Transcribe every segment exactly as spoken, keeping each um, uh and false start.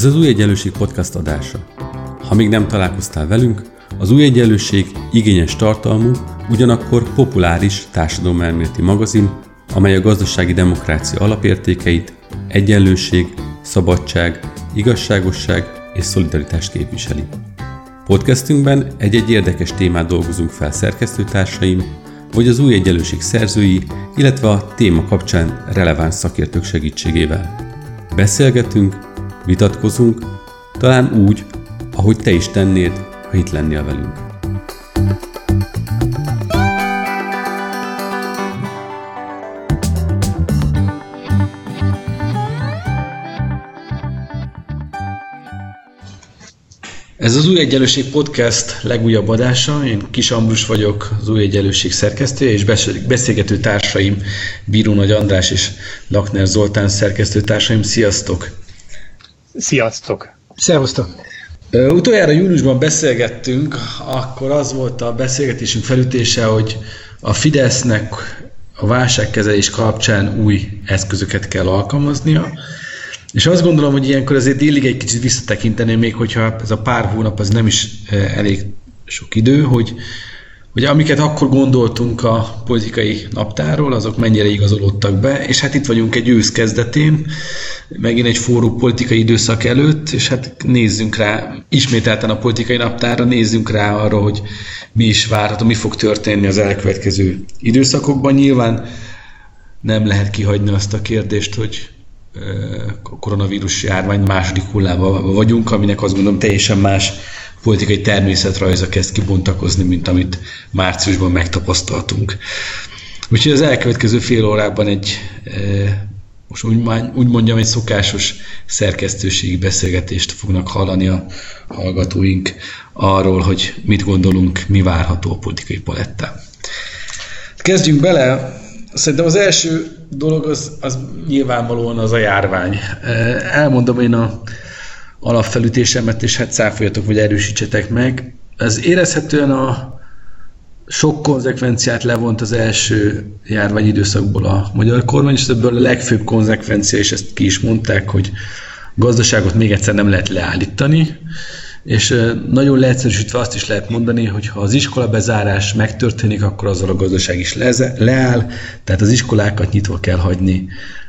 Ez az Új Egyenlőség podcast adása. Ha még nem találkoztál velünk, az Új Egyenlőség igényes tartalmú, ugyanakkor populáris társadalomelméleti magazin, amely a gazdasági demokrácia alapértékeit, egyenlőség, szabadság, igazságosság és szolidaritást képviseli. Podcastünkben egy-egy érdekes témát dolgozunk fel szerkesztőtársaim, vagy az Új Egyenlőség szerzői, illetve a téma kapcsán releváns szakértők segítségével. Beszélgetünk, vitatkozunk, talán úgy, ahogy te is tennéd, ha itt lennél velünk. Ez az Új Egyenlőség podcast legújabb adása. Én Kis Ambrus vagyok, az Új Egyenlőség szerkesztője, és beszélgető társaim Bíró Nagy András és Lakner Zoltán szerkesztőtársaim. Sziasztok! Sziasztok! Szervusztok! Utoljára júniusban beszélgettünk, akkor az volt a beszélgetésünk felütése, hogy a Fidesznek a válságkezelés kapcsán új eszközöket kell alkalmaznia. És azt gondolom, hogy ilyenkor azért illik egy kicsit visszatekinteni, még hogyha ez a pár hónap az nem is elég sok idő, hogy, hogy amiket akkor gondoltunk a politikai naptárról, azok mennyire igazolódtak be, és hát itt vagyunk egy ősz kezdetén, megint egy forró politikai időszak előtt, és hát nézzünk rá, ismételten a politikai naptárra, nézzünk rá arra, hogy mi is várható, mi fog történni az elkövetkező időszakokban. Nyilván nem lehet kihagyni azt a kérdést, hogy a koronavírus járvány második hullában vagyunk, aminek azt gondolom teljesen más politikai természetrajza kezd kibontakozni, mint amit márciusban megtapasztaltunk. Úgyhogy az elkövetkező fél órában egy, most úgy mondjam, egy szokásos szerkesztőségi beszélgetést fognak hallani a hallgatóink arról, hogy mit gondolunk, mi várható a politikai palettán. Kezdjünk bele. Szerintem az első dolog az, az nyilvánvalóan az a járvány. Elmondom én a alapfelütésemet, és hát cáfoljatok, vagy erősítsetek meg. Ez érezhetően a sok konzekvenciát levont az első járvány időszakból a magyar kormány, és ebből a legfőbb konzekvencia, és ezt ki is mondták, hogy gazdaságot még egyszer nem lehet leállítani, és nagyon leegyszerűsítve azt is lehet mondani, hogy ha az iskola bezárás megtörténik, akkor azzal a gazdaság is leáll, tehát az iskolákat nyitva kell hagyni,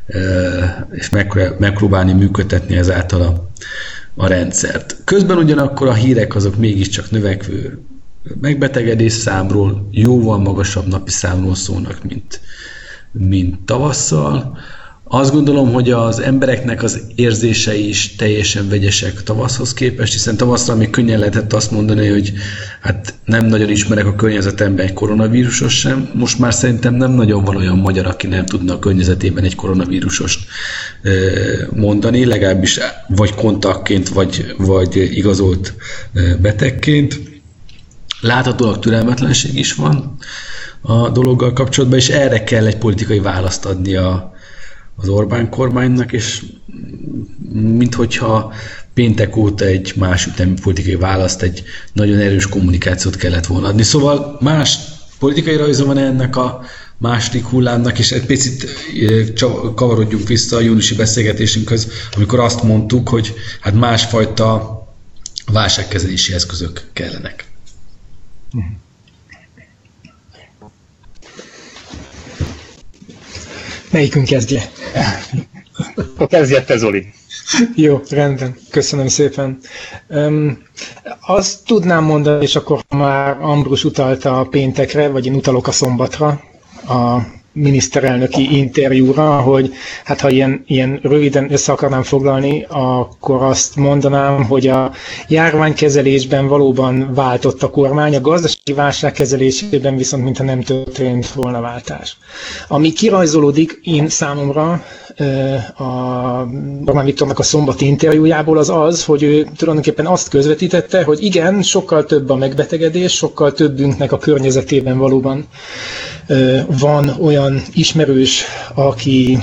és megpróbálni működtetni ezáltal a, a rendszert. Közben ugyanakkor a hírek azok mégiscsak növekvő megbetegedés számról, jóval magasabb napi számról szólnak, mint, mint tavasszal. Azt gondolom, hogy az embereknek az érzései is teljesen vegyesek tavaszhoz képest, hiszen tavasszal még könnyen lehetett azt mondani, hogy hát nem nagyon ismerek a környezetemben egy koronavírusos sem. Most már szerintem nem nagyon van olyan magyar, aki nem tudna a környezetében egy koronavírusost mondani, legalábbis vagy kontaktként, vagy, vagy igazolt betegként. Láthatólag türelmetlenség is van a dologgal kapcsolatban, és erre kell egy politikai választ adni a az Orbán kormánynak, és minthogyha péntek óta egy más ütemű politikai választ, egy nagyon erős kommunikációt kellett volna adni. Szóval más politikai rajza van ennek a második hullámnak, és egy picit kavarodjunk vissza a júniusi beszélgetésünkhöz, amikor azt mondtuk, hogy hát másfajta válságkezelési eszközök kellenek. Melyikünk kezdje? Akkor kezdjed te, Zoli. Jó, rendben. Köszönöm szépen. Um, azt tudnám mondani, és akkor már Ambrus utalta a péntekre, vagy én utalok a szombatra, a miniszterelnöki interjúra, hogy hát ha ilyen, ilyen röviden össze akarnám foglalni, akkor azt mondanám, hogy a járványkezelésben valóban váltott a kormány, a gazdasági válság kezelésében viszont mintha nem történt volna váltás. Ami kirajzolódik én számomra a Orbán Viktornak a szombati interjújából az az, hogy ő tulajdonképpen azt közvetítette, hogy igen, sokkal több a megbetegedés, sokkal többünknek a környezetében valóban van olyan ismerős, aki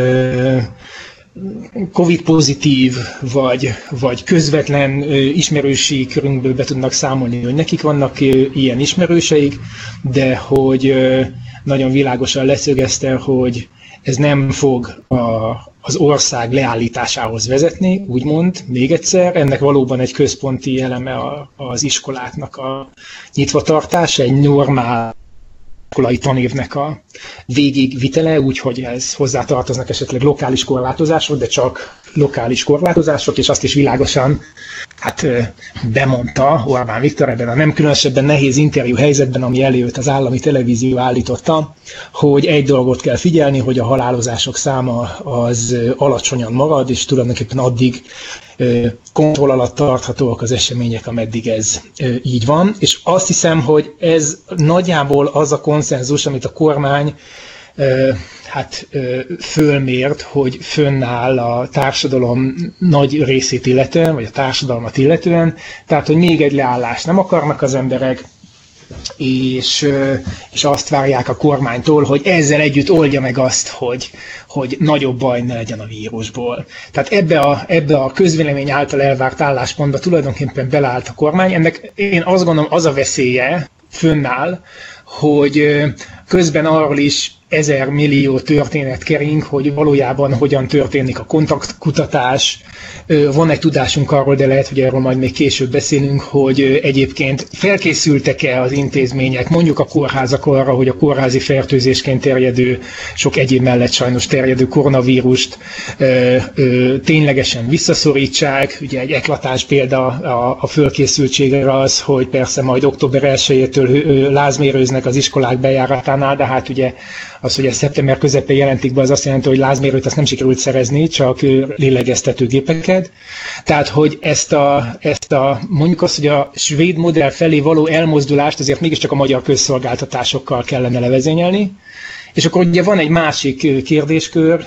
Covid-pozitív, vagy, vagy közvetlen ismerősi körünkből be tudnak számolni, hogy nekik vannak ilyen ismerőseik, de hogy nagyon világosan leszögezte, hogy ez nem fog a, az ország leállításához vezetni, úgymond, még egyszer. Ennek valóban egy központi eleme az iskoláknak a nyitvatartása, egy normál iskolai tanévnek a végigvitele, úgyhogy ez hozzátartoznak esetleg lokális korlátozások, de csak lokális korlátozások, és azt is világosan hát bemondta Orbán Viktor ebben a nem különösebben nehéz interjú helyzetben, ami előtt az állami televízió állította, hogy egy dolgot kell figyelni, hogy a halálozások száma az alacsonyan marad, és tulajdonképpen addig kontroll alatt tarthatóak az események, ameddig ez így van. És azt hiszem, hogy ez nagyjából az a konszenzus, amit a kormány hát fölmért, hogy fönnáll a társadalom nagy részét illetően, vagy a társadalmat illetően, tehát, hogy még egy leállást nem akarnak az emberek, és, és azt várják a kormánytól, hogy ezzel együtt oldja meg azt, hogy, hogy nagyobb baj ne legyen a vírusból. Tehát ebbe a, ebbe a közvélemény által elvárt álláspontba tulajdonképpen beleállt a kormány. Ennek én azt gondolom, az a veszélye fönnáll, hogy közben arról is ezer millió történet kering, hogy valójában hogyan történik a kontaktkutatás. Van egy tudásunk arról, de lehet, hogy erről majd még később beszélünk, hogy egyébként felkészültek-e az intézmények, mondjuk a kórházak arra, hogy a kórházi fertőzésként terjedő, sok egyéb mellett sajnos terjedő koronavírust ö, ö, ténylegesen visszaszorítsák. Ugye egy eklatáns példa a, a fölkészültségre az, hogy persze majd október elsejétől lázmérőznek az iskolák bejáratánál, de hát ugye az, hogy a szeptember közepén jelentik be, az azt jelenti, hogy lázmérőt azt nem sikerült szerezni, csak lélegeztetőgépeket. Tehát, hogy ezt a, ezt a, mondjuk azt, hogy a svéd modell felé való elmozdulást azért mégiscsak a magyar közszolgáltatásokkal kellene levezényelni. És akkor ugye van egy másik kérdéskör,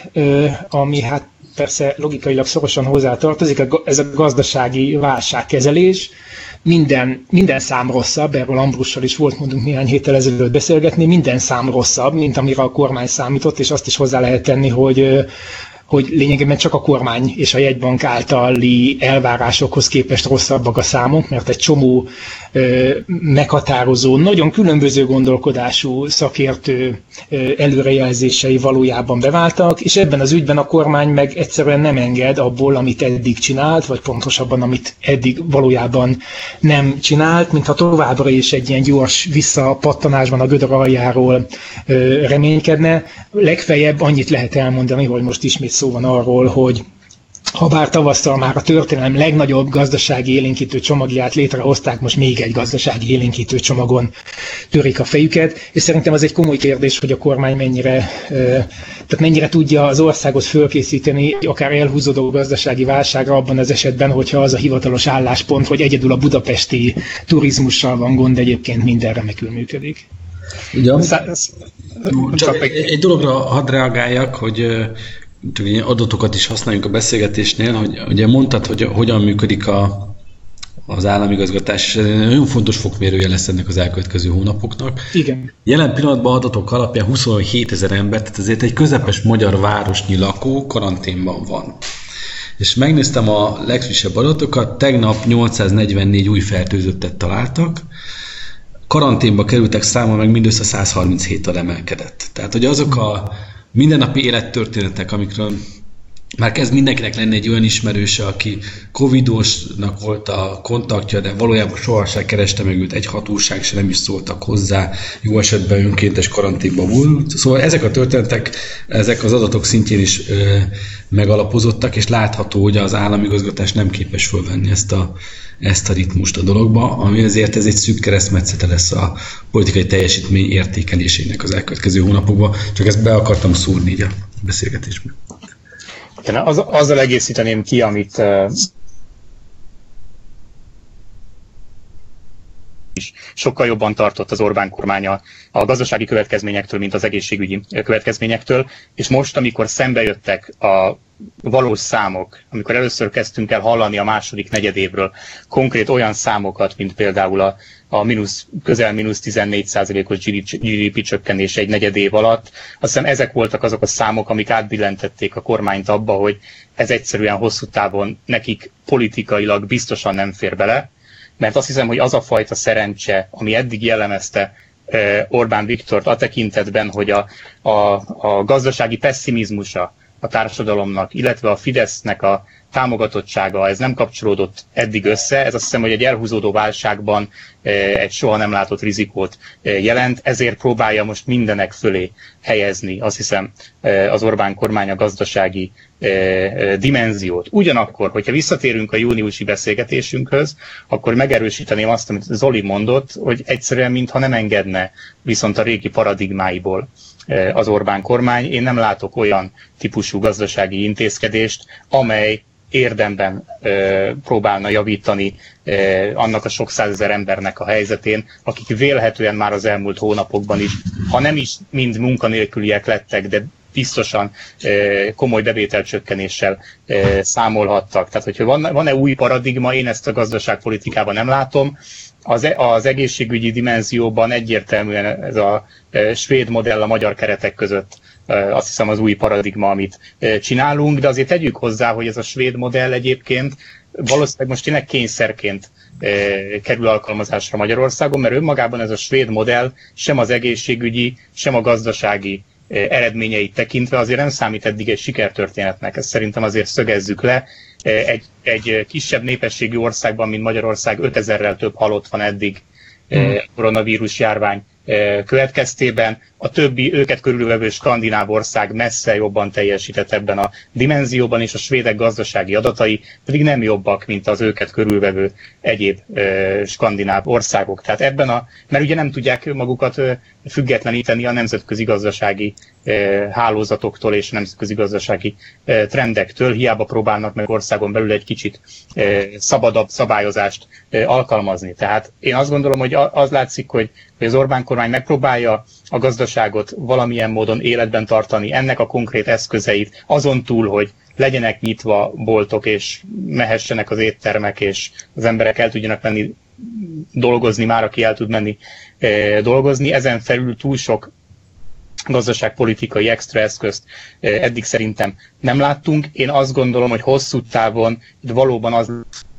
ami hát persze logikailag szorosan hozzátartozik, ez a gazdasági válságkezelés. Minden, minden szám rosszabb, erről Ambrussal is volt mondunk néhány héttel ezelőtt beszélgetni, minden szám rosszabb, mint amire a kormány számított, és azt is hozzá lehet tenni, hogy, hogy lényegében csak a kormány és a jegybank általi elvárásokhoz képest rosszabbak a számok, mert egy csomó ö, meghatározó, nagyon különböző gondolkodású szakértő ö, előrejelzései valójában beváltak, és ebben az ügyben a kormány meg egyszerűen nem enged abból, amit eddig csinált, vagy pontosabban, amit eddig valójában nem csinált, mintha továbbra is egy ilyen gyors visszapattanásban a gödör aljáról ö, reménykedne. Legfeljebb annyit lehet elmondani, hogy most ismét szó van arról, hogy ha bár tavasszal már a történelem legnagyobb gazdasági élénkítő csomagját létrehozták, most még egy gazdasági élénkítő csomagon törik a fejüket, és szerintem az egy komoly kérdés, hogy a kormány mennyire, tehát mennyire tudja az országot fölkészíteni akár elhúzódó gazdasági válságra abban az esetben, hogyha az a hivatalos álláspont, hogy egyedül a budapesti turizmussal van gond, egyébként minden remekül működik. Ugye, csak egy, egy dologra hadd reagáljak, hogy csak adatokat is használjunk a beszélgetésnél, hogy ugye mondtad, hogy hogyan működik a, az államigazgatás, és ez egy nagyon fontos fokmérője lesz ennek az elkövetkező hónapoknak. Igen. Jelen pillanatban adatok alapján huszonhétezer ember, tehát ezért egy közepes magyar városnyi lakó karanténban van. És megnéztem a legfrissebb adatokat, tegnap nyolcszáznegyvennégy új fertőzöttet találtak, karanténba kerültek száma meg mindössze száz harminchéttel emelkedett. Tehát, hogy azok a mindennapi élettörténetek, amikről már kezd mindenkinek lenni egy olyan ismerőse, aki covidosnak volt a kontaktja, de valójában sohasem kereste meg őt, egy hatóság se nem is szóltak hozzá, jó esetben önkéntes karanténban volt. Szóval ezek a történetek, ezek az adatok szintjén is ö, megalapozottak, és látható, hogy az államigazgatás nem képes fölvenni ezt a, ezt a ritmust a dologba, ami azért ez egy szűk keresztmetszete lesz a politikai teljesítmény értékelésének az elkövetkező hónapokban. Csak ezt be akartam szúrni így a beszélgetésben. Az, azzal egészíteném ki, amit uh, is sokkal jobban tartott az Orbán kormánya a gazdasági következményektől, mint az egészségügyi következményektől, és most, amikor szembe jöttek a valós számok, amikor először kezdtünk el hallani a második negyedévről konkrét olyan számokat, mint például a, a mínusz, közel mínusz tizennégy százalékos gé dé pé csökkenés egy negyed év alatt, azt hiszem ezek voltak azok a számok, amik átbillentették a kormányt abba, hogy ez egyszerűen hosszú távon nekik politikailag biztosan nem fér bele, mert azt hiszem, hogy az a fajta szerencse, ami eddig jellemezte Orbán Viktort a tekintetben, hogy a, a, a gazdasági pesszimizmusa a társadalomnak, illetve a Fidesznek a támogatottsága, ez nem kapcsolódott eddig össze, ez azt hiszem, hogy egy elhúzódó válságban egy soha nem látott rizikót jelent, ezért próbálja most mindenek fölé helyezni, azt hiszem, az Orbán kormány a gazdasági dimenziót. Ugyanakkor, hogyha visszatérünk a júniusi beszélgetésünkhöz, akkor megerősíteném azt, amit Zoli mondott, hogy egyszerűen mintha nem engedne viszont a régi paradigmáiból az Orbán kormány. Én nem látok olyan típusú gazdasági intézkedést, amely érdemben ö, próbálna javítani ö, annak a sok százezer embernek a helyzetén, akik vélhetően már az elmúlt hónapokban is, ha nem is mind munkanélküliek lettek, de biztosan ö, komoly bevételcsökkenéssel ö, számolhattak. Tehát, hogyha van, van-e új paradigma, én ezt a gazdaságpolitikában nem látom. Az, az egészségügyi dimenzióban egyértelműen ez a e, svéd modell a magyar keretek között e, azt hiszem az új paradigma, amit e, csinálunk, de azért tegyük hozzá, hogy ez a svéd modell egyébként valószínűleg most tényleg kényszerként e, kerül alkalmazásra Magyarországon, mert önmagában ez a svéd modell sem az egészségügyi, sem a gazdasági e, eredményeit tekintve azért nem számít eddig egy sikertörténetnek. Ezt szerintem azért szögezzük le. Egy, egy kisebb népességű országban, mint Magyarország, ötezerrel több halott van eddig hmm. koronavírus járvány következtében. A többi őket körülvevő skandináv ország messze jobban teljesített ebben a dimenzióban, és a svédek gazdasági adatai pedig nem jobbak, mint az őket körülvevő egyéb skandináv országok. Tehát ebben a, mert ugye nem tudják magukat függetleníteni a nemzetközi gazdasági hálózatoktól és nemzetközi gazdasági trendektől, hiába próbálnak meg országon belül egy kicsit szabadabb szabályozást alkalmazni. Tehát én azt gondolom, hogy az látszik, hogy az Orbán kormány megpróbálja a gazdaságot valamilyen módon életben tartani, ennek a konkrét eszközeit, azon túl, hogy legyenek nyitva boltok, és mehessenek az éttermek, és az emberek el tudjanak menni dolgozni, már aki el tud menni e, dolgozni. Ezen felül túl sok gazdaságpolitikai extra eszközt e, eddig szerintem nem láttunk. Én azt gondolom, hogy hosszú távon itt valóban az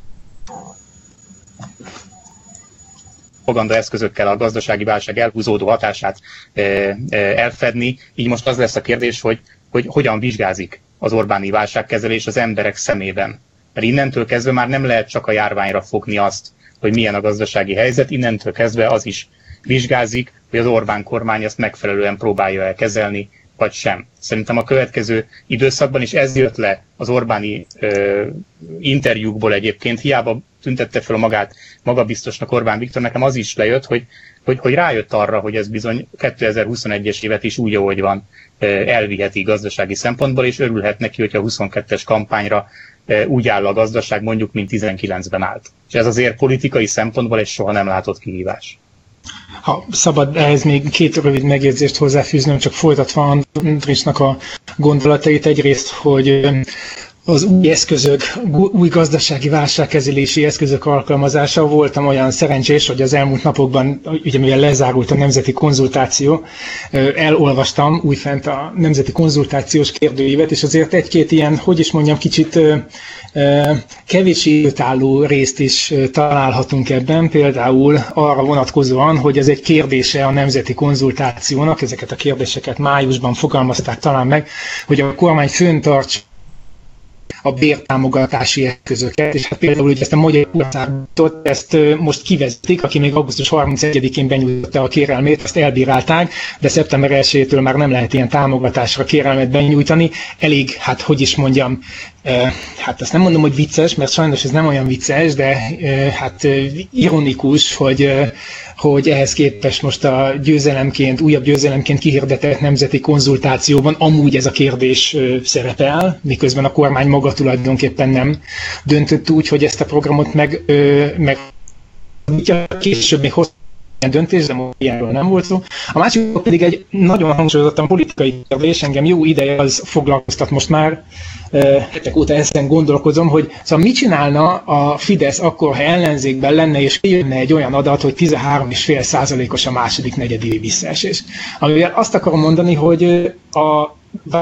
propaganda eszközökkel a gazdasági válság elhúzódó hatását e, e, elfedni. Így most az lesz a kérdés, hogy, hogy hogyan vizsgázik az Orbáni válságkezelés az emberek szemében. Mert innentől kezdve már nem lehet csak a járványra fogni azt, hogy milyen a gazdasági helyzet, innentől kezdve az is vizsgázik, hogy az Orbán kormány ezt megfelelően próbálja el kezelni, vagy sem. Szerintem a következő időszakban is ez jött le az Orbáni ö, interjúkból egyébként, hiába tüntette fel magát magabiztosnak Orbán Viktor, nekem az is lejött, hogy, hogy, hogy rájött arra, hogy ez bizony kétezer-huszonegyes évet is úgy, ahogy van, elviheti gazdasági szempontból, és örülhet neki, hogyha a huszonkettes kampányra úgy áll a gazdaság, mondjuk, mint tizenkilencben állt. És ez azért politikai szempontból egy soha nem látott kihívás. Ha szabad ehhez még két rövid megjegyzést hozzáfűznöm, csak folytatva Andrisnak a gondolatait, egyrészt, hogy az új eszközök, új gazdasági válságkezelési eszközök alkalmazása. Voltam olyan szerencsés, hogy az elmúlt napokban, ugye mivel lezárult a nemzeti konzultáció, elolvastam újfent a nemzeti konzultációs kérdőívet, és azért egy-két ilyen, hogy is mondjam, kicsit kevés időtálló részt is találhatunk ebben, például arra vonatkozóan, hogy ez egy kérdése a nemzeti konzultációnak, ezeket a kérdéseket májusban fogalmazták talán meg, hogy a kormány föntartsa a bértámogatási eszközöket, és hát például ugye ezt a magyar országot, ezt most kivezetik, aki még augusztus harmincegyedikén benyújtotta a kérelmét, ezt elbírálták, de szeptember elsejétől már nem lehet ilyen támogatásra kérelmet benyújtani. Elég, hát hogy is mondjam, hát azt nem mondom, hogy vicces, mert sajnos ez nem olyan vicces, de hát ironikus, hogy, hogy ehhez képest most a győzelemként, újabb győzelemként kihirdetett nemzeti konzultációban amúgy ez a kérdés szerepel, miközben a kormány maga tulajdonképpen nem döntött úgy, hogy ezt a programot meg, meg később még hosszú döntés, de ilyenről nem volt szó. A másik pedig egy nagyon hangsúlyozottan politikai kérdés, engem jó ideje az foglalkoztat most már, hetek óta ezen gondolkozom, hogy szóval mit csinálna a Fidesz akkor, ha ellenzékben lenne, és jönne egy olyan adat, hogy tizenhárom egész öt százalékos a második negyedévi visszaesés. Amivel azt akarom mondani, hogy a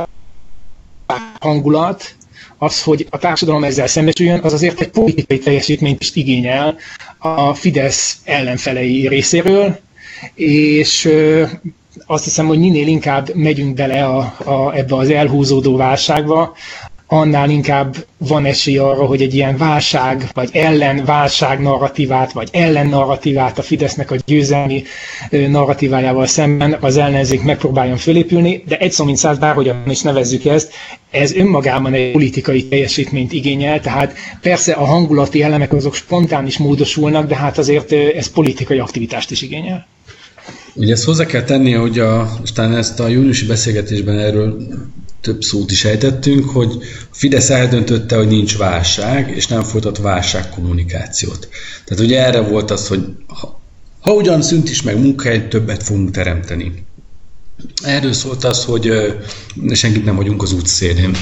hangulat, az, hogy a társadalom ezzel szembesüljön, az azért egy politikai teljesítményt is igényel a Fidesz ellenfelei részéről, és azt hiszem, hogy minél inkább megyünk bele a, a, ebbe az elhúzódó válságba, annál inkább van esély arra, hogy egy ilyen válság, vagy ellenválság narratívát, vagy ellennarratívát a Fidesznek a győzelmi narratívájával szemben az ellenzék megpróbáljon fölépülni, de egy szó mint száz, bárhogyan is nevezzük ezt, ez önmagában egy politikai teljesítményt igényel, tehát persze a hangulati elemek azok spontán is módosulnak, de hát azért ez politikai aktivitást is igényel. Ugye ezt hozzá kell tenni, hogy a, aztán ezt a júniusi beszélgetésben erről több szót is ejtettünk, hogy a Fidesz eldöntötte, hogy nincs válság, és nem folytat válságkommunikációt. Tehát ugye erre volt az, hogy ha, ha ugyan szűnt is meg munkahely, többet fogunk teremteni. Erről szólt az, hogy senkit nem vagyunk az útszélén.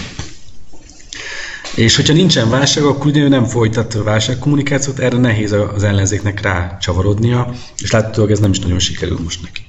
És hogyha nincsen válság, akkor ugye nem folytat válságkommunikációt, erre nehéz az ellenzéknek rácsavarodnia, és láthatóan ez nem is nagyon sikerül most neki.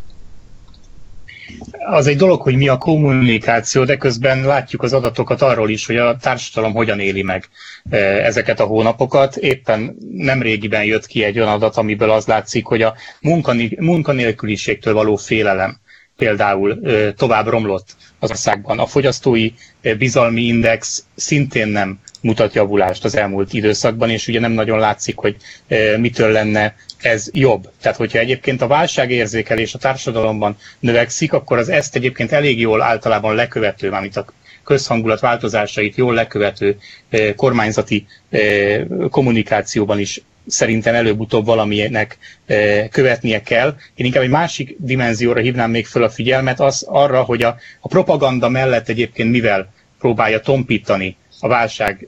Az egy dolog, hogy mi a kommunikáció, de közben látjuk az adatokat arról is, hogy a társadalom hogyan éli meg ezeket a hónapokat. Éppen nemrégiben jött ki egy olyan adat, amiből az látszik, hogy a munkanélküliségtől való félelem például tovább romlott az országban. A fogyasztói bizalmi index szintén nem mutat javulást az elmúlt időszakban, és ugye nem nagyon látszik, hogy mitől lenne ez jobb. Tehát, hogyha egyébként a válságérzékelés a társadalomban növekszik, akkor az ezt egyébként elég jól általában lekövető, mármint a közhangulat változásait jól lekövető kormányzati kommunikációban is szerintem előbb-utóbb valaminek követnie kell. Én inkább egy másik dimenzióra hívnám még föl a figyelmet, az arra, hogy a, a propaganda mellett egyébként mivel próbálja tompítani a válság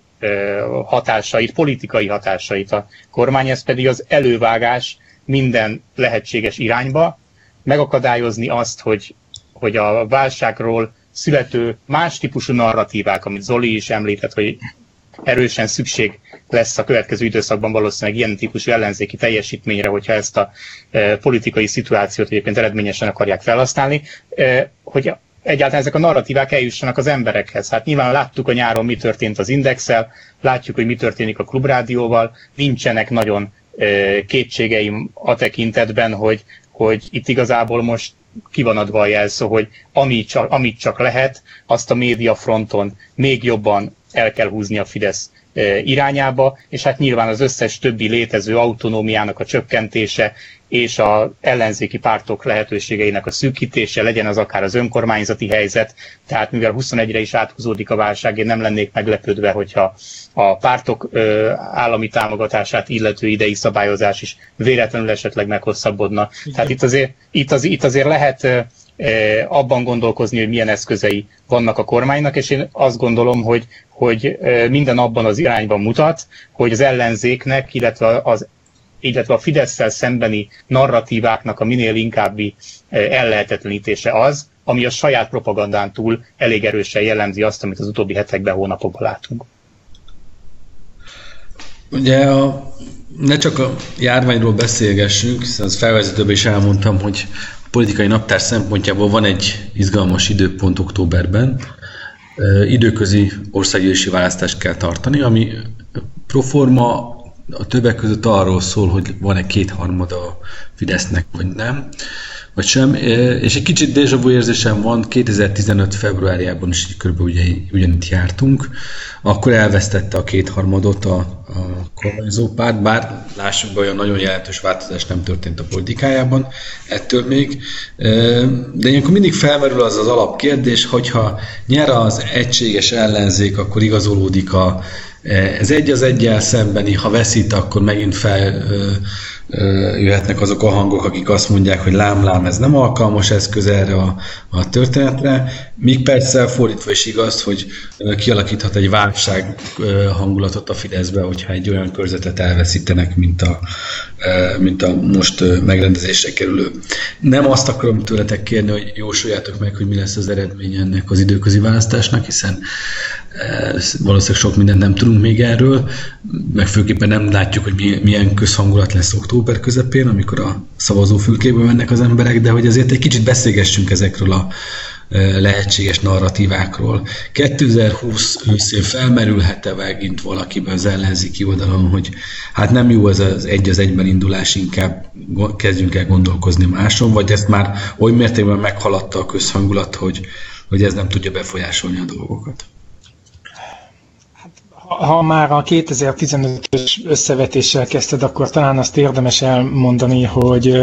hatásait, politikai hatásait a kormány, ez pedig az elővágás minden lehetséges irányba, megakadályozni azt, hogy, hogy a válságról születő más típusú narratívák, amit Zoli is említett, hogy erősen szükség lesz a következő időszakban valószínűleg ilyen típusú ellenzéki teljesítményre, hogyha ezt a e, politikai szituációt egyébként eredményesen akarják felhasználni, e, hogy egyáltalán ezek a narratívák eljussanak az emberekhez. Hát nyilván láttuk a nyáron, mi történt az Indexsel, látjuk, hogy mi történik a Klubrádióval, nincsenek nagyon e, kétségeim a tekintetben, hogy, hogy itt igazából most ki van adva a jelszó, hogy amit csak, amit csak lehet, azt a médiafronton még jobban el kell húzni a Fidesz irányába, és hát nyilván az összes többi létező autonómiának a csökkentése és az ellenzéki pártok lehetőségeinek a szűkítése, legyen az akár az önkormányzati helyzet, tehát mivel huszonegyre is áthúzódik a válság, én nem lennék meglepődve, hogyha a pártok állami támogatását illető idei szabályozás is véletlenül esetleg meghosszabbodna. Igen. Tehát itt azért, itt, az, itt azért lehet abban gondolkozni, hogy milyen eszközei vannak a kormánynak, és én azt gondolom, hogy, hogy minden abban az irányban mutat, hogy az ellenzéknek, illetve, az, illetve a Fidesszel szembeni narratíváknak a minél inkábbi ellehetetlenítése az, ami a saját propagandán túl elég erősen jellemzi azt, amit az utóbbi hetekben, hónapokban látunk. Ugye a, ne csak a járványról beszélgessünk, hiszen az felvezetőben is elmondtam, hogy a politikai naptár szempontjából van egy izgalmas időpont októberben. Időközi országgyűlési választást kell tartani, ami proforma a többek között arról szól, hogy van-e kétharmada a Fidesznek, vagy nem, vagy sem. És egy kicsit déjà vu érzésem van, kétezer-tizenöt februárjában is körülbelül ugye, ugyanitt jártunk, akkor elvesztette a kétharmadot a, a kormányzó párt, bár lássuk be, olyan nagyon jelentős változás nem történt a politikájában ettől még. De ilyenkor mindig felmerül az az alapkérdés, hogyha nyer az egységes ellenzék, akkor igazolódik a ez egy az egyel szembeni, ha veszít, akkor megint fel ö, jöhetnek azok a hangok, akik azt mondják, hogy lám-lám, ez nem alkalmas eszköz erre a, a történetre. Míg persze fordítva is igaz, hogy kialakíthat egy válság hangulatot a Fideszbe, hogyha egy olyan körzetet elveszítenek, mint a, mint a most megrendezésre kerülő. Nem azt akarom tőletek kérni, hogy jósoljátok meg, hogy mi lesz az eredmény ennek az időközi választásnak, hiszen valószínűleg sok mindent nem tudunk még erről, meg főképpen nem látjuk, hogy milyen közhangulat lesz október közepén, amikor a szavazófülkébe mennek az emberek, de hogy azért egy kicsit beszélgessünk ezekről a lehetséges narratívákról. kétezer-húsz őszén felmerülhet-e megint valakiben az ellenzéki oldalon, hogy hát nem jó ez az egy az egyben indulás, inkább kezdjünk el gondolkozni máson, vagy ezt már oly mértékben meghaladta a közhangulat, hogy, hogy ez nem tudja befolyásolni a dolgokat? Ha már a kétezer-tizenötös összevetéssel kezdted, akkor talán azt érdemes elmondani, hogy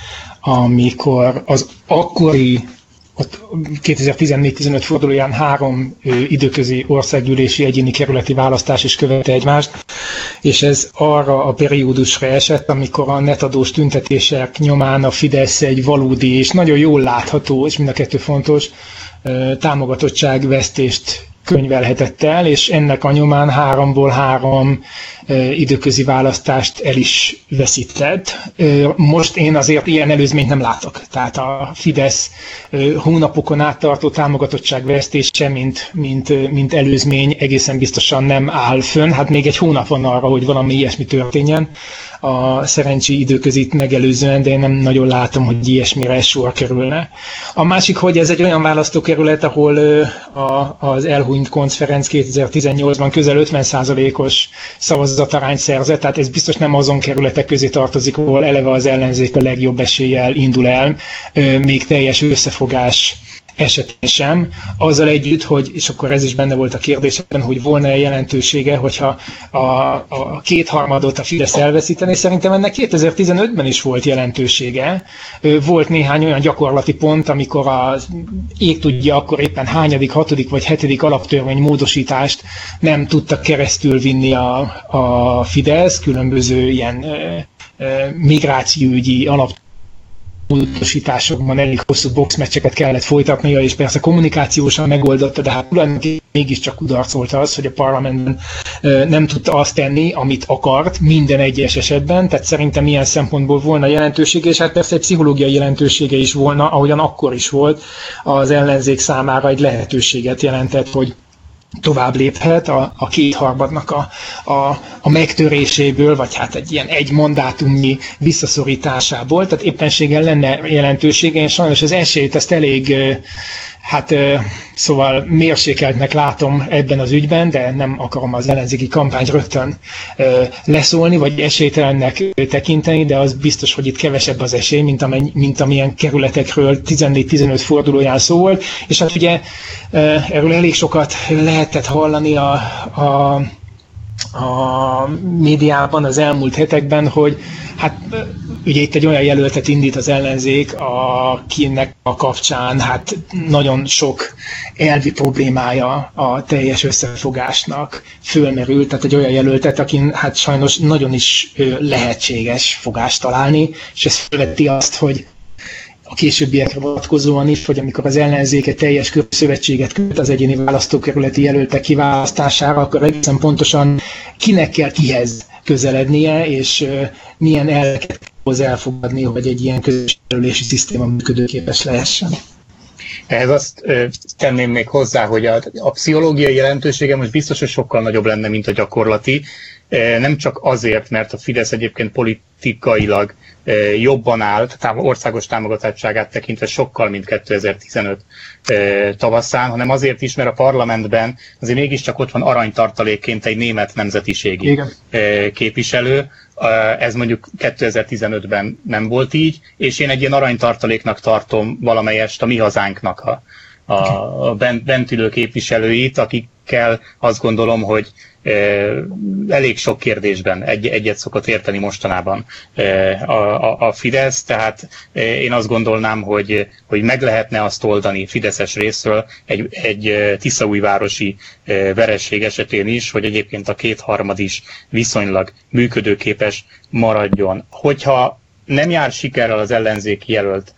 amikor az akkori kétezer-tizennégy-tizenöt fordulóján három időközi országgyűlési egyéni kerületi választás is követte egymást, és ez arra a periódusra esett, amikor a netadós tüntetések nyomán a Fidesz egy valódi és nagyon jól látható, és mind a kettő fontos, támogatottságvesztést könyvelhetett el, és ennek a nyomán háromból három e, időközi választást el is veszített. E, most én azért ilyen előzményt nem látok. Tehát a Fidesz e, hónapokon át tartó támogatottságvesztése, mint, mint, mint előzmény egészen biztosan nem áll fönn. Hát még egy hónap van arra, hogy valami ilyesmi történjen a szerencsi időközit megelőzően, de én nem nagyon látom, hogy ilyesmire sor kerülne. A másik, hogy ez egy olyan választókerület, ahol a, az elhunyt Koncz Ferenc kétezer-tizennyolcban közel ötven százalékos szavazatarányt szerzett, tehát ez biztos nem azon kerületek közé tartozik, ahol eleve az ellenzék a legjobb eséllyel indul el, még teljes összefogás esetén sem, azzal együtt, hogy, és akkor ez is benne volt a kérdésben, hogy volna-e jelentősége, hogyha a, a kétharmadot a Fidesz elveszíteni, szerintem ennek kétezer-tizenötben is volt jelentősége. Volt néhány olyan gyakorlati pont, amikor az ég tudja, akkor éppen hányadik, hatodik vagy hetedik alaptörvény módosítást nem tudtak keresztül vinni a, a Fidesz, különböző ilyen e, e, migrációügyi alap módosításokban elég hosszú boxmeccseket kellett folytatnia, és persze kommunikációsan megoldotta, de hát tulajdonképpen mégiscsak kudarcolt az, hogy a parlamentben nem tudta azt tenni, amit akart minden egyes esetben, tehát szerintem ilyen szempontból volna jelentősége, és hát persze egy pszichológiai jelentősége is volna, ahogyan akkor is volt, az ellenzék számára egy lehetőséget jelentett, hogy tovább léphet a, a kétharmadnak a, a, a megtöréséből, vagy hát egy ilyen egy mandátumnyi visszaszorításából, tehát éppenséggel lenne jelentősége, és sajnos az esélyt ezt elég, hát szóval mérsékeltnek látom ebben az ügyben, de nem akarom az ellenzéki kampányt rögtön leszólni, vagy esélytelennek tekinteni, de az biztos, hogy itt kevesebb az esély, mint, amely, mint amilyen kerületekről tizennégy-tizenöt fordulóján szó volt, és hát ugye erről elég sokat lehetett hallani a, a a médiában az elmúlt hetekben, hogy hát ugye itt egy olyan jelöltet indít az ellenzék, akinek a kapcsán hát nagyon sok elvi problémája a teljes összefogásnak fölmerült, tehát egy olyan jelöltet, akin hát sajnos nagyon is lehetséges fogást találni, és ez felveti azt, hogy a későbbiekre vonatkozóan is, hogy amikor az ellenzék egy teljes körű szövetséget köt az egyéni választókerületi jelöltek kiválasztására, akkor egészen pontosan kinek kell kihez közelednie, és milyen elveket kell hozzá elfogadni, hogy egy ilyen közös jelölési szisztéma működőképes lehessen. Ehhez azt tenném még hozzá, hogy a, a pszichológiai jelentősége most biztos, hogy sokkal nagyobb lenne, mint a gyakorlati. Nem csak azért, mert a Fidesz egyébként politikailag jobban állt, országos támogatottságát tekintve sokkal, mint kétezer-tizenöt tavaszán, hanem azért is, mert a parlamentben azért mégiscsak ott van aranytartalékként egy német nemzetiségi Igen. képviselő. Ez mondjuk kétezer-tizenötben nem volt így, és én egy ilyen aranytartaléknak tartom valamelyest a mi hazánknak a, a bent, bent ülő képviselőit, akikkel azt gondolom, hogy elég sok kérdésben egy, egyet szokott érteni mostanában a, a, a Fidesz, tehát én azt gondolnám, hogy, hogy meg lehetne azt oldani fideszes részről egy, egy tiszaújvárosi veresség esetén is, hogy egyébként a kétharmad is viszonylag működőképes maradjon. Hogyha nem jár sikerrel az ellenzéki jelölt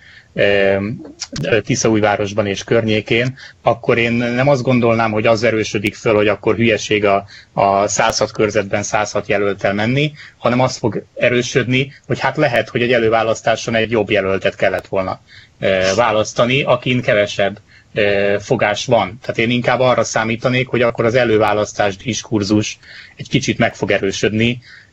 Tiszaújvárosban és környékén, akkor én nem azt gondolnám, hogy az erősödik föl, hogy akkor hülyeség a, a száz hat körzetben száz hat jelölttel menni, hanem az fog erősödni, hogy hát lehet, hogy egy előválasztáson egy jobb jelöltet kellett volna választani, akin kevesebb fogás van. Tehát én inkább arra számítanék, hogy akkor az előválasztás diskurzus egy kicsit meg fog erősödni,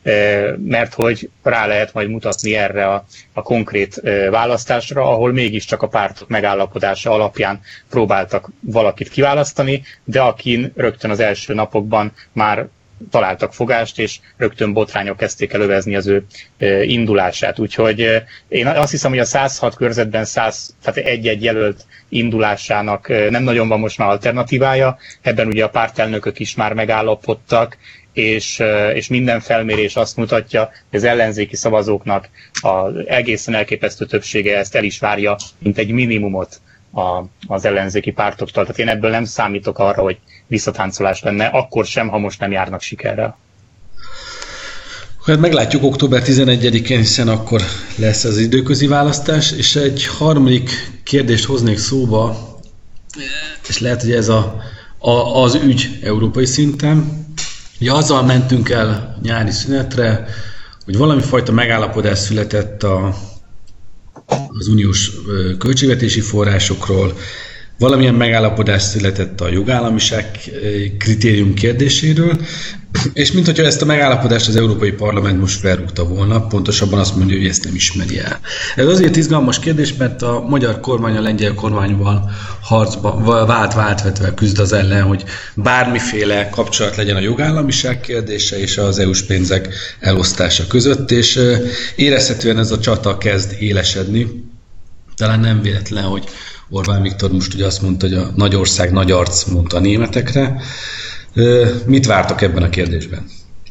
mert hogy rá lehet majd mutatni erre a, a konkrét választásra, ahol mégiscsak a pártok megállapodása alapján próbáltak valakit kiválasztani, de akin rögtön az első napokban már találtak fogást, és rögtön botrányok kezdték el övezni az ő indulását. Úgyhogy én azt hiszem, hogy a száz hat körzetben száz, tehát egy-egy jelölt indulásának nem nagyon van most már alternatívája. Ebben ugye a pártelnökök is már megállapodtak, és, és minden felmérés azt mutatja, hogy az ellenzéki szavazóknak az egészen elképesztő többsége ezt el is várja, mint egy minimumot a, az ellenzéki pártoktól. Tehát én ebből nem számítok arra, hogy visszatáncolás lenne, akkor sem, ha most nem járnak sikerrel. Hát meglátjuk október tizenegyedikén, hiszen akkor lesz az időközi választás, és egy harmadik kérdést hoznék szóba, és lehet, hogy ez a, a, az ügy európai szinten. Ugye azzal mentünk el nyári szünetre, hogy valami fajta megállapodás született a, az uniós költségvetési forrásokról, valamilyen megállapodás született a jogállamiság kritérium kérdéséről, és mintha ezt a megállapodást az Európai Parlament most felrúgta volna, pontosabban azt mondja, hogy ezt nem ismeri el. Ez azért izgalmas kérdés, mert a magyar kormány a lengyel kormányban harcba vált váltvetve küzd az ellen, hogy bármiféle kapcsolat legyen a jogállamiság kérdése és az é u-s pénzek elosztása között, és érezhetően ez a csata kezd élesedni. Talán nem véletlen, hogy Orbán Viktor most ugye azt mondta, hogy a nagy ország nagy arc, mondta a németekre. Mit vártok ebben a kérdésben?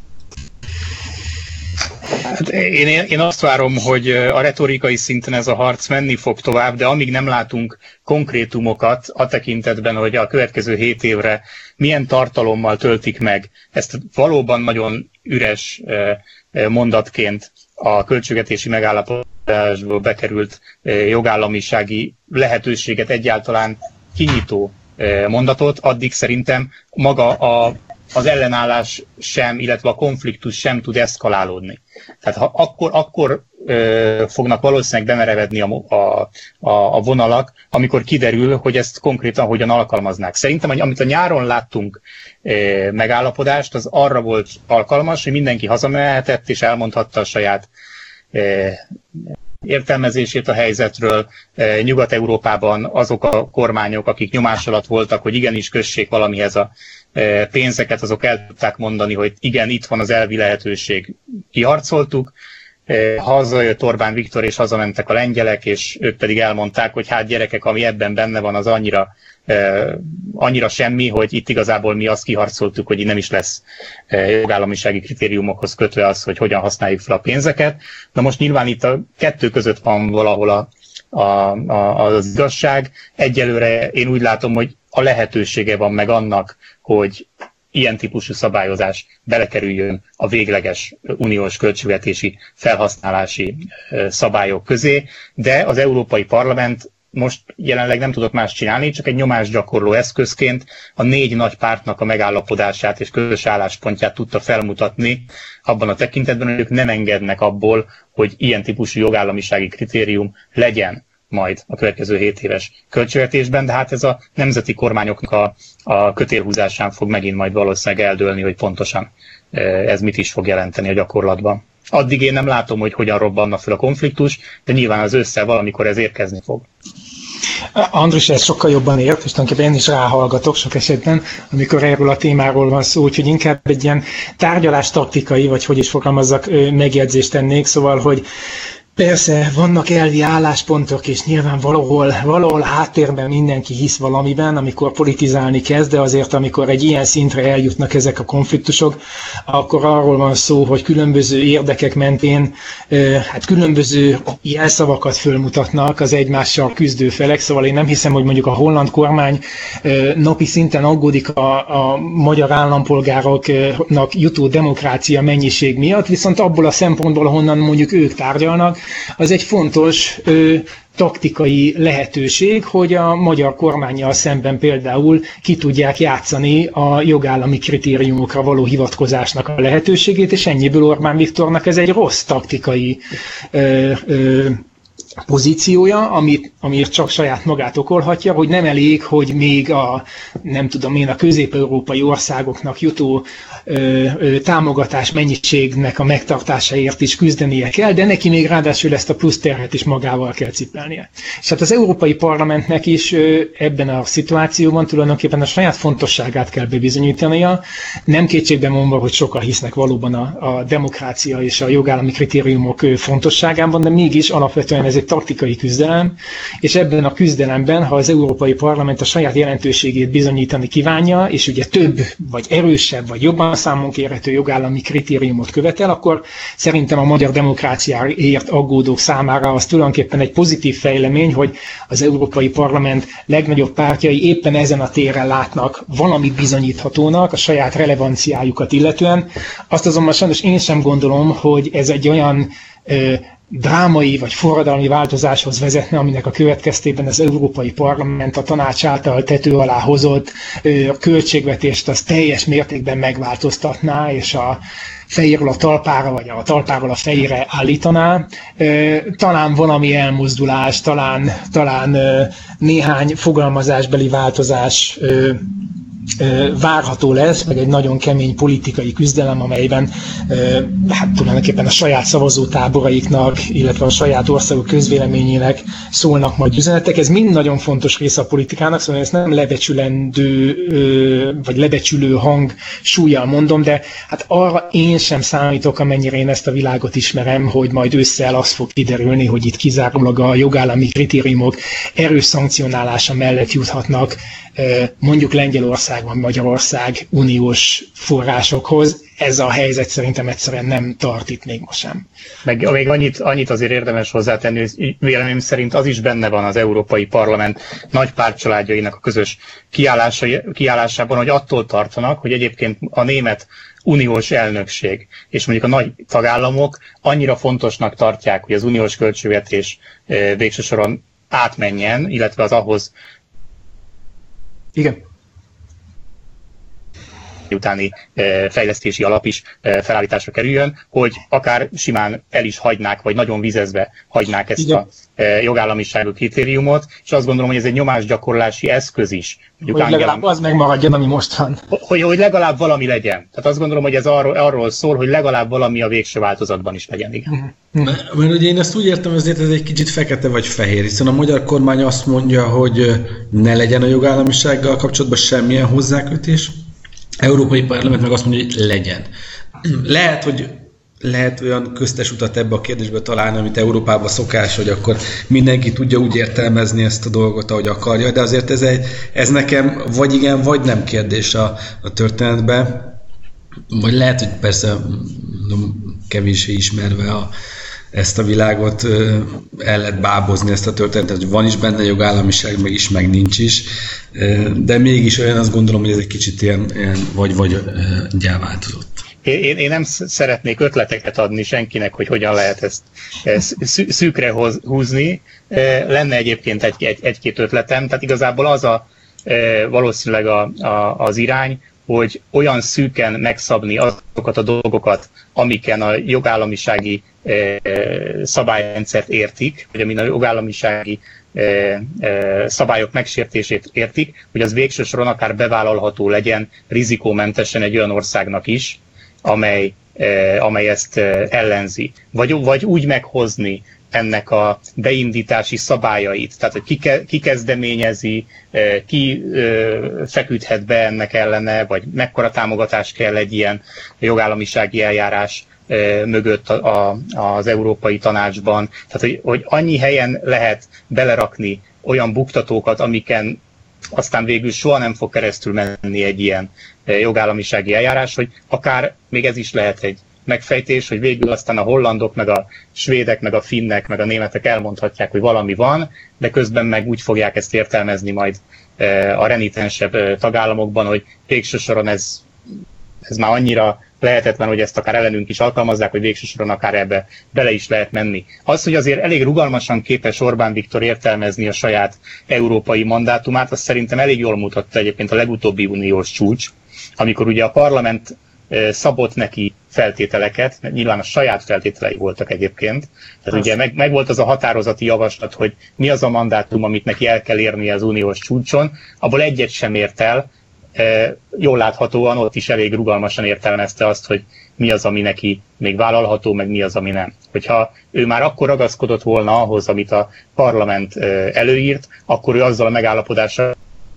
Hát én, én azt várom, hogy a retorikai szinten ez a harc menni fog tovább, de amíg nem látunk konkrétumokat a tekintetben, hogy a következő hét évre milyen tartalommal töltik meg ezt valóban nagyon üres mondatként a költségvetési megállapodásból bekerült jogállamisági lehetőséget egyáltalán kinyitó mondatot, addig szerintem maga a, az ellenállás sem, illetve a konfliktus sem tud eszkalálódni. Tehát ha akkor, akkor ö, fognak valószínűleg bemerevedni a, a, a, a vonalak, amikor kiderül, hogy ezt konkrétan hogyan alkalmaznák. Szerintem, amit a nyáron láttunk ö, megállapodást, az arra volt alkalmas, hogy mindenki hazamehetett és elmondhatta a saját ö, értelmezését a helyzetről. Nyugat-Európában azok a kormányok, akik nyomás alatt voltak, hogy igenis kössék valamihez a pénzeket, azok el tudták mondani, hogy igen, itt van az elvi lehetőség, kiharcoltuk. Hazajött Orbán Viktor, és hazamentek a lengyelek, és ők pedig elmondták, hogy hát gyerekek, ami ebben benne van, az annyira, annyira semmi, hogy itt igazából mi azt kiharcoltuk, hogy itt nem is lesz jogállamisági kritériumokhoz kötve az, hogy hogyan használjuk fel a pénzeket. Na most nyilván itt a kettő között van valahol a, a, a, az igazság. Egyelőre én úgy látom, hogy a lehetősége van meg annak, hogy ilyen típusú szabályozás belekerüljön a végleges uniós költségvetési felhasználási szabályok közé, de az Európai Parlament most jelenleg nem tudott más csinálni, csak egy nyomásgyakorló eszközként a négy nagy pártnak a megállapodását és közös álláspontját tudta felmutatni abban a tekintetben, hogy ők nem engednek abból, hogy ilyen típusú jogállamisági kritérium legyen majd a következő hét éves költségvetésben, de hát ez a nemzeti kormányoknak a, a kötélhúzásán fog megint majd valószínűleg eldőlni, hogy pontosan ez mit is fog jelenteni a gyakorlatban. Addig én nem látom, hogy hogyan robbanna fel a konfliktus, de nyilván az ősszel valamikor ez érkezni fog. Andris ezt sokkal jobban ért, és tulajdonképpen én is ráhallgatok sok esetben, amikor erről a témáról van szó, úgyhogy inkább egy ilyen tárgyalástaktikai, vagy hogy is fogalmazzak, megjegyzést tennék, szóval, hogy persze, vannak elvi álláspontok, és nyilván valahol, valahol háttérben mindenki hisz valamiben, amikor politizálni kezd, de azért, amikor egy ilyen szintre eljutnak ezek a konfliktusok, akkor arról van szó, hogy különböző érdekek mentén hát különböző jelszavakat fölmutatnak az egymással küzdő felek, szóval én nem hiszem, hogy mondjuk a holland kormány napi szinten aggódik a, a magyar állampolgároknak jutó demokrácia mennyiség miatt, viszont abból a szempontból, honnan mondjuk ők tárgyalnak, az egy fontos ö, taktikai lehetőség, hogy a magyar kormánnyal szemben például ki tudják játszani a jogállami kritériumokra való hivatkozásnak a lehetőségét, és ennyiből Orbán Viktornak ez egy rossz taktikai ö, ö, pozíciója, amit, amit csak saját magát okolhatja, hogy nem elég, hogy még a, nem tudom én, a közép-európai országoknak jutó ö, ö, támogatás mennyiségnek a megtartásáért is küzdenie kell, de neki még ráadásul ezt a plusz terhet is magával kell cipelnie. És hát az Európai Parlamentnek is ö, ebben a szituációban tulajdonképpen a saját fontosságát kell bebizonyítania. Nem kétségben mondva, hogy sokan hisznek valóban a, a demokrácia és a jogállami kritériumok fontosságában, de mégis alapvetően ez egy taktikai küzdelem, és ebben a küzdelemben, ha az Európai Parlament a saját jelentőségét bizonyítani kívánja, és ugye több, vagy erősebb, vagy jobban számon kérhető jogállami kritériumot követel, akkor szerintem a magyar demokráciáért aggódók számára az tulajdonképpen egy pozitív fejlemény, hogy az Európai Parlament legnagyobb pártjai éppen ezen a téren látnak valamit bizonyíthatónak a saját relevanciájukat illetően. Azt azonban sajnos én sem gondolom, hogy ez egy olyan ö, drámai vagy forradalmi változáshoz vezetne, aminek a következtében az Európai Parlament a tanács által tető alá hozott ö, költségvetést az teljes mértékben megváltoztatná, és a fejéről a talpára, vagy a talpáról a fejére állítaná. Ö, talán valami elmozdulás, talán, talán ö, néhány fogalmazásbeli változás ö, várható lesz, meg egy nagyon kemény politikai küzdelem, amelyben hát tulajdonképpen a saját szavazótáboraiknak, illetve a saját országok közvéleményének szólnak majd üzenetek. Ez mind nagyon fontos része a politikának, szóval ezt nem lebecsülendő, vagy lebecsülő hang súllyal mondom, de hát arra én sem számítok, amennyire én ezt a világot ismerem, hogy majd ősszel az fog kiderülni, hogy itt kizárólag a jogállami kritériumok erős szankcionálása mellett juthatnak mondjuk Lengyelország vagy Magyarország uniós forrásokhoz. Ez a helyzet szerintem egyszerűen nem tart itt még most sem. Meg még annyit, annyit azért érdemes hozzátenni, hogy véleményem szerint az is benne van az Európai Parlament nagy pártcsaládjainak a közös kiállása, kiállásában, hogy attól tartanak, hogy egyébként a német uniós elnökség és mondjuk a nagy tagállamok annyira fontosnak tartják, hogy az uniós költségvetés végső soron átmenjen, illetve az ahhoz Igen. utáni fejlesztési alap is felállításra kerüljön, hogy akár simán el is hagynák, vagy nagyon vizezve hagynák ezt Igen. a jogállamisági kritériumot, és azt gondolom, hogy ez egy nyomásgyakorlási eszköz is. Hogy Angela, legalább az megmaradjon, ami most van. Hogy, hogy legalább valami legyen. Tehát azt gondolom, hogy ez arról, arról szól, hogy legalább valami a végső változatban is legyen. Igen. Mert, mert ugye én ezt úgy értem, ezért ez egy kicsit fekete vagy fehér, hiszen a magyar kormány azt mondja, hogy ne legyen a jogállamisággal kapcsolatban semmilyen hozzákötés, Európai Parlament meg azt mondja, hogy legyen. Lehet, hogy lehet olyan köztes utat ebbe a kérdésbe találni, amit Európában szokás, hogy akkor mindenki tudja úgy értelmezni ezt a dolgot, ahogy akarja, de azért ez, egy, ez nekem vagy igen, vagy nem kérdés a, a történetben. Vagy lehet, hogy persze kevésbé ismerve a, ezt a világot el lehet bábozni ezt a történetet, hogy van is benne jogállamiság, meg is, meg nincs is, de mégis olyan azt gondolom, hogy ez egy kicsit ilyen, ilyen vagy-vagy gyáváltozott. Én, én nem szeretnék ötleteket adni senkinek, hogy hogyan lehet ezt, ezt szűkre hoz, húzni. Lenne egyébként egy, egy, egy-két ötletem, tehát igazából az a valószínűleg a, a, az irány, hogy olyan szűken megszabni azokat a dolgokat, amiken a jogállamisági e, szabályrendszert értik, vagy amin a jogállamisági e, e, szabályok megsértését értik, hogy az végső soron akár bevállalható legyen rizikómentesen egy olyan országnak is, amely, e, amely ezt ellenzi. Vagy, vagy úgy meghozni ennek a beindítási szabályait, tehát hogy ki, ke, ki kezdeményezi, ki feküdhet be ennek ellene, vagy mekkora támogatás kell egy ilyen jogállamisági eljárás mögött a, a, az Európai Tanácsban. Tehát, hogy, hogy annyi helyen lehet belerakni olyan buktatókat, amiken aztán végül soha nem fog keresztül menni egy ilyen jogállamisági eljárás, hogy akár még ez is lehet egy megfejtés, hogy végül aztán a hollandok, meg a svédek, meg a finnek, meg a németek elmondhatják, hogy valami van, de közben meg úgy fogják ezt értelmezni majd a renitensebb tagállamokban, hogy végső soron ez, ez már annyira lehetetlen, hogy ezt akár ellenünk is alkalmazzák, hogy végső soron akár ebbe bele is lehet menni. Az, hogy azért elég rugalmasan képes Orbán Viktor értelmezni a saját európai mandátumát, az szerintem elég jól mutatta egyébként a legutóbbi uniós csúcs, amikor ugye a parlament szabott neki feltételeket, nyilván a saját feltételei voltak egyébként. Tehát ugye meg, meg volt az a határozati javaslat, hogy mi az a mandátum, amit neki el kell érnie az uniós csúcson, abból egyet sem ért el. Jól láthatóan ott is elég rugalmasan értelmezte azt, hogy mi az, ami neki még vállalható, meg mi az, ami nem. Hogyha ő már akkor ragaszkodott volna ahhoz, amit a parlament előírt, akkor ő azzal a megállapodással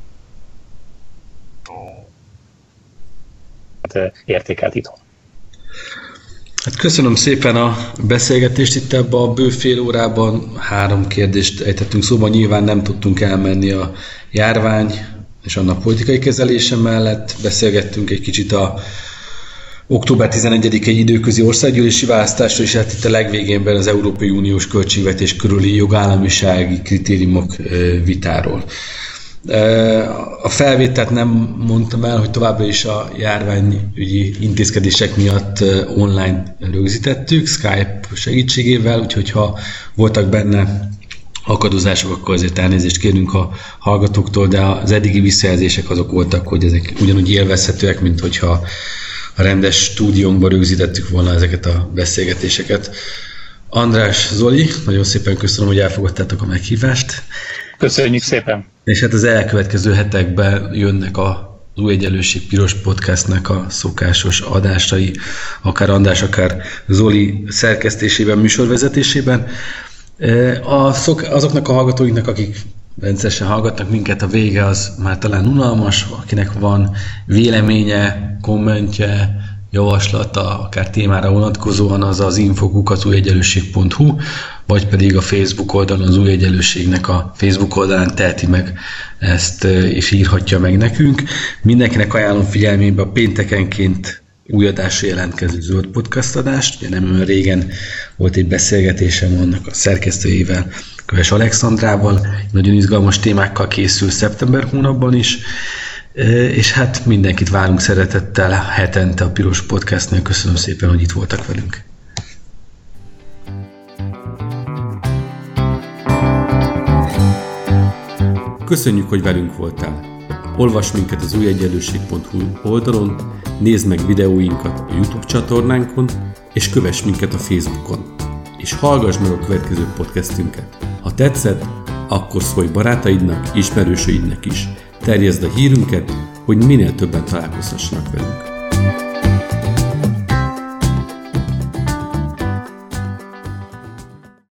értékelt itthon. Hát köszönöm szépen a beszélgetést itt ebben a bő fél órában. Három kérdést ejtettünk szóba, nyilván nem tudtunk elmenni a járvány és annak politikai kezelése mellett. Beszélgettünk egy kicsit a október tizenegyedikei időközi országgyűlési választásról, és hát itt a legvégénben az Európai Uniós költségvetés körüli jogállamisági kritériumok vitáról. A felvételt nem mondtam el, hogy továbbra is a járványügyi intézkedések miatt online rögzítettük, Skype segítségével, úgyhogy ha voltak benne akadozások, akkor azért elnézést kérünk a hallgatóktól, de az eddigi visszajelzések azok voltak, hogy ezek ugyanúgy élvezhetőek, mint hogyha a rendes stúdiónkban rögzítettük volna ezeket a beszélgetéseket. András, Zoli, nagyon szépen köszönöm, hogy elfogadtátok a meghívást. Köszönjük szépen! És hát az elkövetkező hetekben jönnek a az Új Egyenlőség Piros Podcastnek a szokásos adásai, akár András, akár Zoli szerkesztésében, műsorvezetésében. A szok, azoknak a hallgatóinknak, akik rendszeresen hallgatnak minket, a vége az már talán unalmas, akinek van véleménye, kommentje, javaslata, akár témára vonatkozóan, az az info kukac új egyenlőség pont hu, vagy pedig a Facebook oldalon, az Új Egyenlőségnek a Facebook oldalán teheti meg ezt, és írhatja meg nekünk. Mindenkinek ajánlom figyelmébe a péntekenként új adásra jelentkező Zöld Podcast adást. Ugye nem olyan régen volt egy beszélgetésem annak a szerkesztőjével, Köves Alexandrával. Nagyon izgalmas témákkal készül szeptember hónapban is. És hát mindenkit várunk szeretettel hetente a Piros Podcastnél. Köszönöm szépen, hogy itt voltak velünk. Köszönjük, hogy velünk voltál. Olvasd minket az új egyenlőség pont hu oldalon, nézd meg videóinkat a YouTube csatornánkon, és kövess minket a Facebookon. És hallgass meg a következő podcastünket. Ha tetszett, akkor szólj barátaidnak, ismerősöidnek is. Terjeszd a hírünket, hogy minél többen találkozhassanak velünk.